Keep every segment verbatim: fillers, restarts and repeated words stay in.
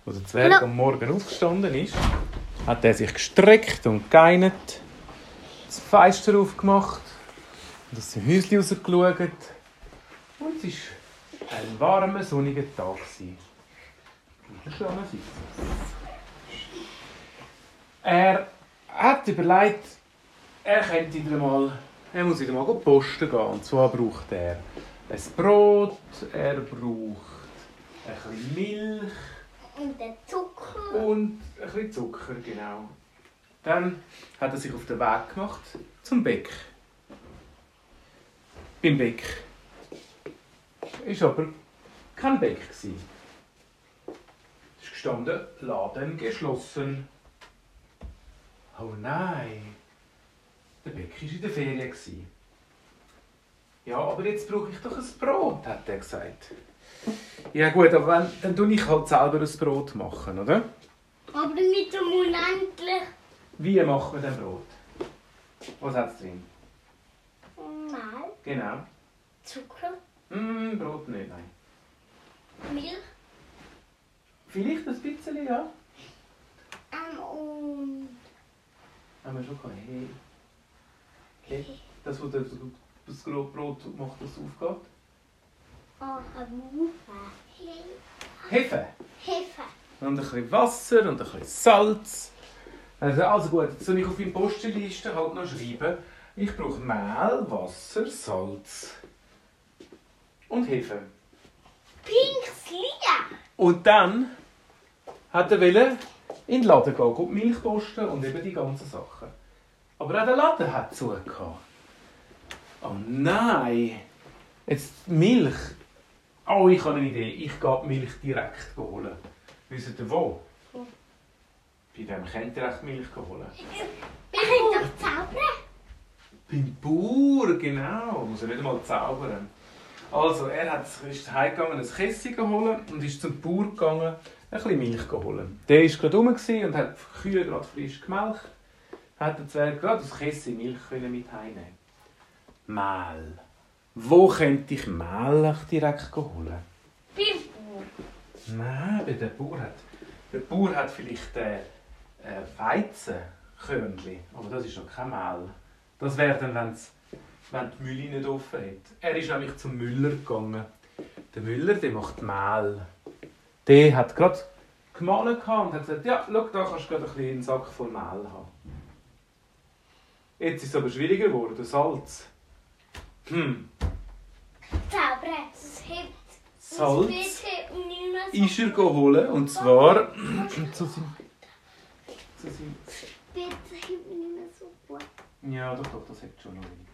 Als der Zwerg no. am Morgen aufgestanden ist, hat er sich gestreckt und geeinert, das Fenster aufgemacht und aus dem Häuschen rausgeschaut. Und es war ein warmer, sonniger Tag. Er hat überlegt, er könnte wieder mal, er muss wieder mal posten gehen. Und zwar braucht er ein Brot, er braucht ein bisschen Milch. Und den Zucker. Und ein bisschen Zucker, genau. Dann hat er sich auf den Weg gemacht zum Bäck. Beim Bäck war aber kein Bäck. Es ist gestanden, Laden geschlossen. Oh nein, der Bäck war in der Ferien. Ja, aber jetzt brauche ich doch ein Brot, hat er gesagt. Ja gut, aber wenn, dann tue ich halt selber ein Brot machen, oder? Aber nicht so unendlich. Wie macht man denn Brot? Was hat es drin? Mehl. Genau. Zucker. Mm, Brot nicht, nein. Milch. Vielleicht ein bisschen, ja. Ähm, und... Haben wir schon gehabt. Hey. Hey. Das, was das, das Brot macht, das aufgeht. Oh, Hefe. Hefe. Hefe. Und ein bisschen Wasser und ein bisschen Salz. Also, also gut, jetzt soll ich auf meine Postenliste halt noch schreiben. Ich brauche Mehl, Wasser, Salz und Hefe. Pinkes Lied. Und dann hat er wollte in den Laden gehen, die Milch posten und eben die ganzen Sachen. Aber auch der Laden hat zugehört. Oh nein! Jetzt die Milch. Oh, ich habe eine Idee. Ich gehe die Milch direkt holen. Wisst ihr wo? Wo? Bei wem könnt ihr echt Milch holen? Ich kann doch zaubern. Beim Bauer, genau. Muss er nicht einmal zaubern. Also, er hat, ist heimgegangen, ein Kässchen holen und ist zum Bauer gegangen, ein bisschen Milch holen. Der war gerade rum und hat die Kühe gerade frisch gemelkt. Hat der Zwerg gerade das Kässchen Milch mit heimnehmen. Mehl. Wo könnte ich Mehl direkt holen? Beim Bauer. Nein, der Bauer hat, der Bauer hat vielleicht äh, äh, Weizenkörnchen, aber das ist noch kein Mehl. Das wäre dann, wenn's, wenn die Mühle nicht offen hat. Er ist nämlich zum Müller gegangen. Der Müller, der macht Mehl. Der hat gerade gemahlen und hat gesagt, ja, schau, da kannst du gerade einen Sack voll Mehl haben. Jetzt ist es aber schwieriger geworden, Salz. Hm. Zaubern, das hebt. Salz Und nicht mehr so ist er geholt, und zwar zu seinem... Zu seinem Bitte hebt nicht mehr so gut. ja, doch, doch, das hat schon noch wenig.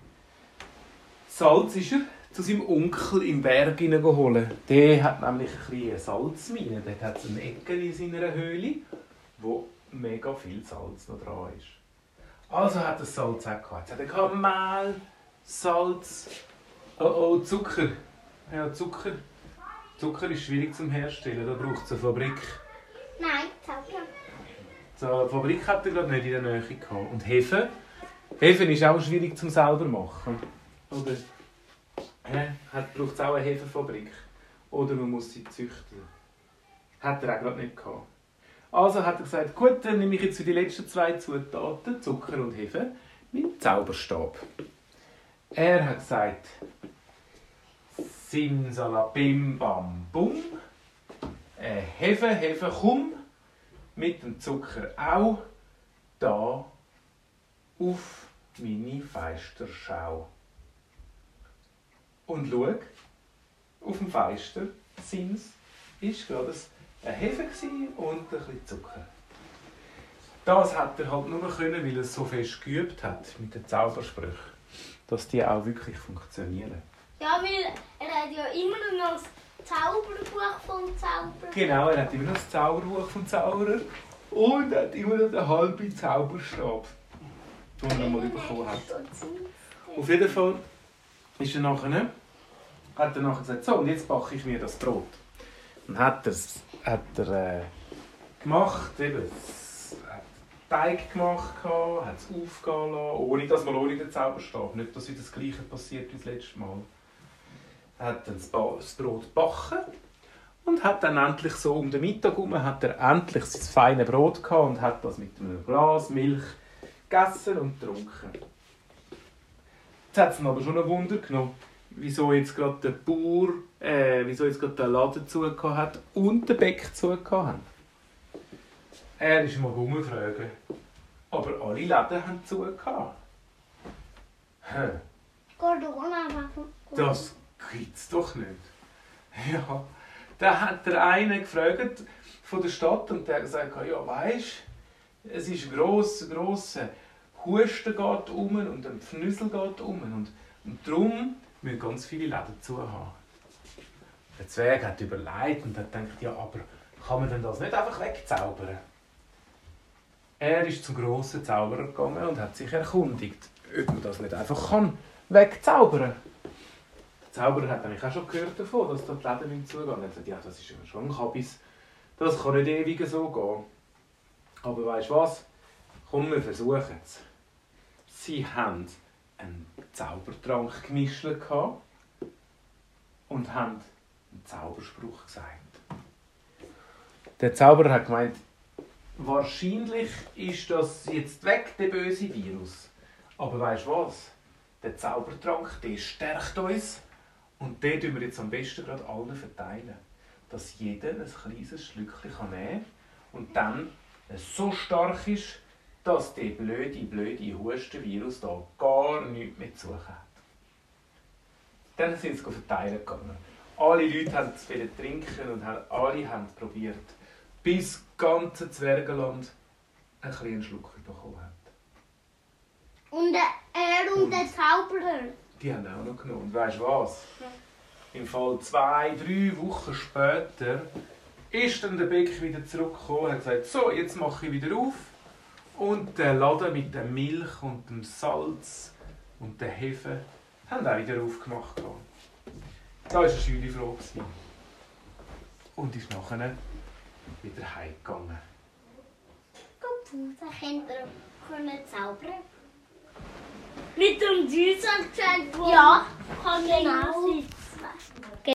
Salz ist er zu seinem Onkel im Berg geholt. Der hat nämlich eine Salzmine. Dort hat es eine Ecke in seiner Höhle, wo mega viel Salz noch dran ist. Also hat er das Salz auch gehabt. Jetzt hat er Mehl, Salz, oh oh, Zucker. Ja, Zucker. Zucker ist schwierig zum Herstellen, da braucht es eine Fabrik. Nein, zaubern. So, eine Fabrik hat er gerade nicht in der Nähe gehabt. Und Hefe? Hefe ist auch schwierig zum selber machen. Oder ja, braucht es auch eine Hefefabrik. Oder man muss sie züchten. Hat er auch gerade nicht gehabt. Also hat er gesagt, gut, dann nehme ich jetzt für die letzten zwei Zutaten, Zucker und Hefe, meinen Zauberstab. Er hat gesagt, Simsalabim bam bum, äh, Hefe, Hefe, komm, mit dem Zucker auch, da auf meine Feisterschau. Und schau, auf dem Feister Sims war gerade eine Hefe und ein bisschen Zucker. Das hat er halt nur können, weil er so fest geübt hat mit den Zaubersprüchen, dass die auch wirklich funktionieren. Ja, weil er hat ja immer noch das Zauberbuch vom Zauberer. Genau, er hat immer noch das Zauberbuch vom Zauberer und er hat immer noch den halben Zauberstab, den er mal bekommen hat. Auf jeden Fall ist er nachher, hat er nachher gesagt, so, und jetzt backe ich mir das Brot. Dann hat, hat er äh, gemacht, eben, hat Teig gemacht, hat es aufgehen lassen, ohne, das mal ohne den Zauberstab, nicht, dass wieder das Gleiche passiert wie das letzte Mal. Er hat dann das Brot gebacken Und hat dann endlich so um den Mittag herum, hat er endlich sein feines Brot gehabt und hat das mit einem Glas Milch gegessen und getrunken. Jetzt hat es ihn aber schon ein Wunder genommen, wieso jetzt gerade der Bauer, äh, wieso jetzt gerade der Laden zugehört hat und der Bäck zugehört haben. Er ist mal rumgefragt, aber alle Läden haben zugehört. Hä? Corona war. Das gibt's doch nicht. Ja, da hat der eine gefragt von der Stadt und der hat gesagt, ja weisst, es ist gross, grosser Husten geht um und ein Pfnüssel geht um und, und darum müssen ganz viele Läden zu haben. Der Zwerg hat überlegt und hat gedacht, ja, aber kann man denn das nicht einfach wegzaubern? Er ist zum grossen Zauberer gegangen und hat sich erkundigt, ob man das nicht einfach kann wegzaubern kann. Der Zauberer hat eigentlich auch schon gehört davon, dass da die Läden nicht zugehen. Er hat gesagt, ja, das ist schon ein Kabis. Das kann nicht ewig so gehen. Aber weisst du was? Komm, wir versuchen es. Sie haben einen Zaubertrank gemischt und haben einen Zauberspruch gesagt. Der Zauberer hat gemeint, wahrscheinlich ist das jetzt weg, der böse Virus. Aber weisst du was? Der Zaubertrank, der stärkt uns und den tun wir jetzt am besten gerade allen verteilen. Dass jeder ein kleines Schlückchen nehmen kann und dann so stark ist, dass der blöde, blöde Hustenvirus da gar nichts mehr zu suchen hat. Dann sind sie verteilen gegangen. Alle Leute wollten es trinken und alle haben es probiert, bis das ganze Zwergenland einen kleinen Schluck bekommen hat. Und er und, und der Zauberer. Die haben auch noch genommen. Und weisst du was? Ja. Im Fall zwei, drei Wochen später ist dann der Bäck wieder zurückgekommen und hat gesagt, so, jetzt mache ich wieder auf. Und der Laden mit der Milch und dem Salz und der Hefe haben auch wieder aufgemacht. Da war eine Schüli froh. Und ist nachher wieder heimgegangen. Gut, da könnt ihr zaubern. Mit dem Süßsand gesagt, ja, kann genau.